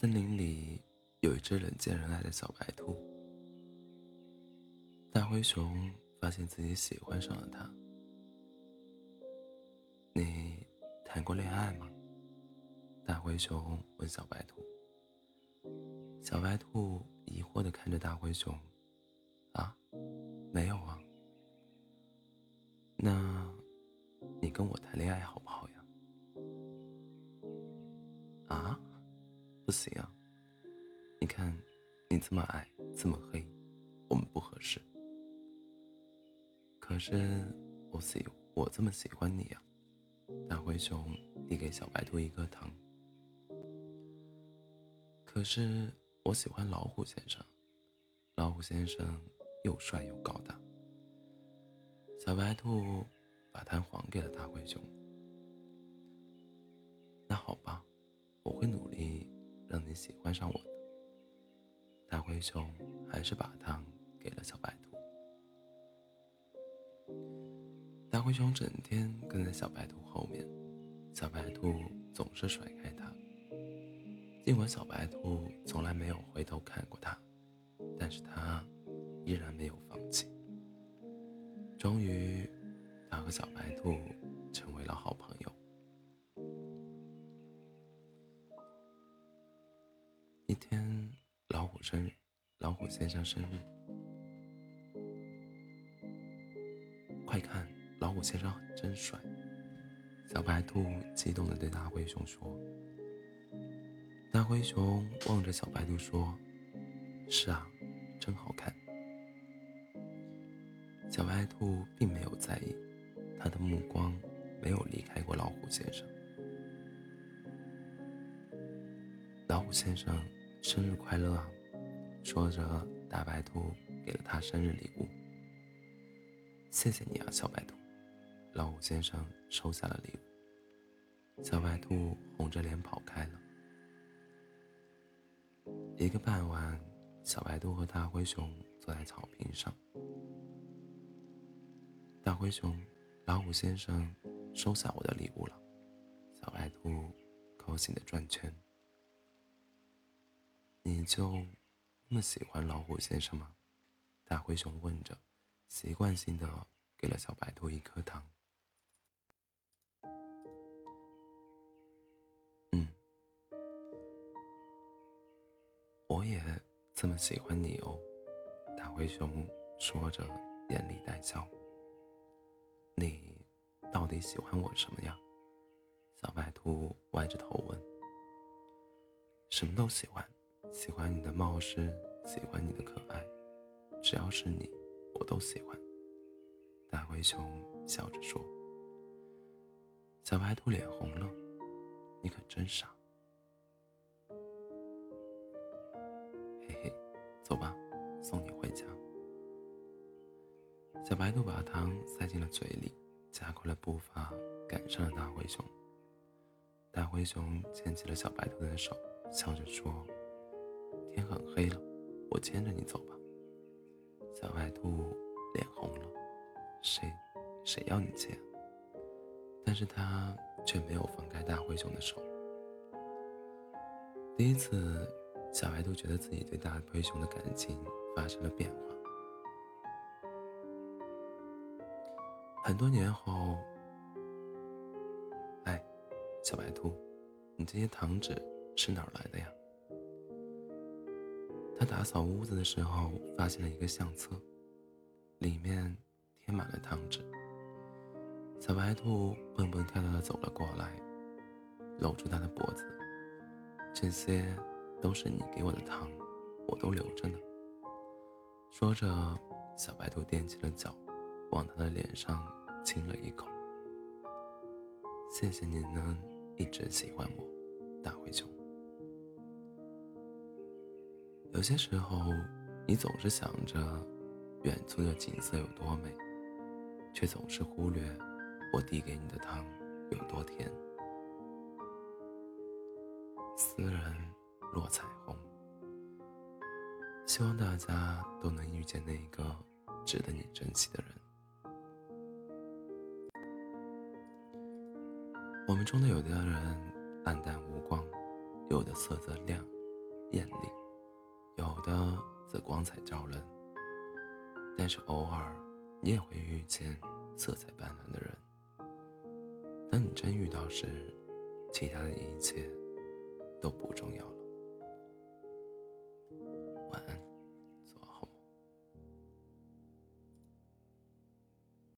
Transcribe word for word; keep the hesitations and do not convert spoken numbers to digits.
森林里有一只人见人爱的小白兔。大灰熊发现自己喜欢上了它。你谈过恋爱吗？大灰熊问小白兔。小白兔疑惑地看着大灰熊。啊，没有啊。那你跟我谈恋爱好不好呀？啊，不行啊。你看你这么矮这么黑，我们不合适。可是我喜我这么喜欢你啊。大灰熊递给小白兔一颗糖。可是我喜欢老虎先生。老虎先生又帅又高大。小白兔把糖还给了大灰熊。那好吧，我会努力让你喜欢上我的。大灰熊还是把糖给了小白兔。大灰熊整天跟在小白兔后面，小白兔总是甩开它。尽管小白兔从来没有回头看过它，但是它依然没有放弃。终于，它和小白兔成为了好朋友。一天，老虎生日，老虎先生生日。快看，老虎先生真帅！小白兔激动地对大灰熊说。大灰熊望着小白兔说：“是啊，真好看。”小白兔并没有在意，它的目光没有离开过老虎先生。老虎先生，生日快乐啊！说着，大白兔给了他生日礼物。谢谢你啊，小白兔。老虎先生收下了礼物。小白兔红着脸跑开了。一个傍晚，小白兔和大灰熊坐在草坪上。大灰熊，老虎先生收下我的礼物了。小白兔高兴地转圈。你就那么喜欢老虎先生吗？大灰熊问着，习惯性地给了小白兔一颗糖。嗯，我也这么喜欢你哦。大灰熊说着，眼里带笑。你到底喜欢我什么呀？小白兔歪着头问。什么都喜欢，喜欢你的冒失，喜欢你的可爱，只要是你，我都喜欢。大灰熊笑着说。小白兔脸红了。你可真傻。嘿嘿，走吧，送你回家。小白兔把糖塞进了嘴里，加快了步伐，赶上了大灰熊。大灰熊牵起了小白兔的手，笑着说：“天很黑了，我牵着你走吧。”小白兔脸红了。谁谁要你牵？但是他却没有放开大灰熊的手。第一次，小白兔觉得自己对大灰熊的感情发生了变化。很多年后，哎，小白兔，你这些糖纸是哪儿来的呀？他打扫屋子的时候发现了一个相册，里面贴满了糖纸。小白兔蹦蹦跳跳地走了过来，搂住他的脖子。这些都是你给我的糖，我都留着呢。说着，小白兔踮起了脚，往他的脸上亲了一口。谢谢你能一直喜欢我，大灰熊。有些时候，你总是想着远处的景色有多美，却总是忽略我递给你的糖有多甜。斯人若彩虹，希望大家都能遇见那个值得你珍惜的人。我们中的有的人黯淡无光，有的色泽亮， 艳丽，有的则光彩照人。但是偶尔，你也会遇见色彩斑斓的人。当你真遇到时，其他的一切都不重要了。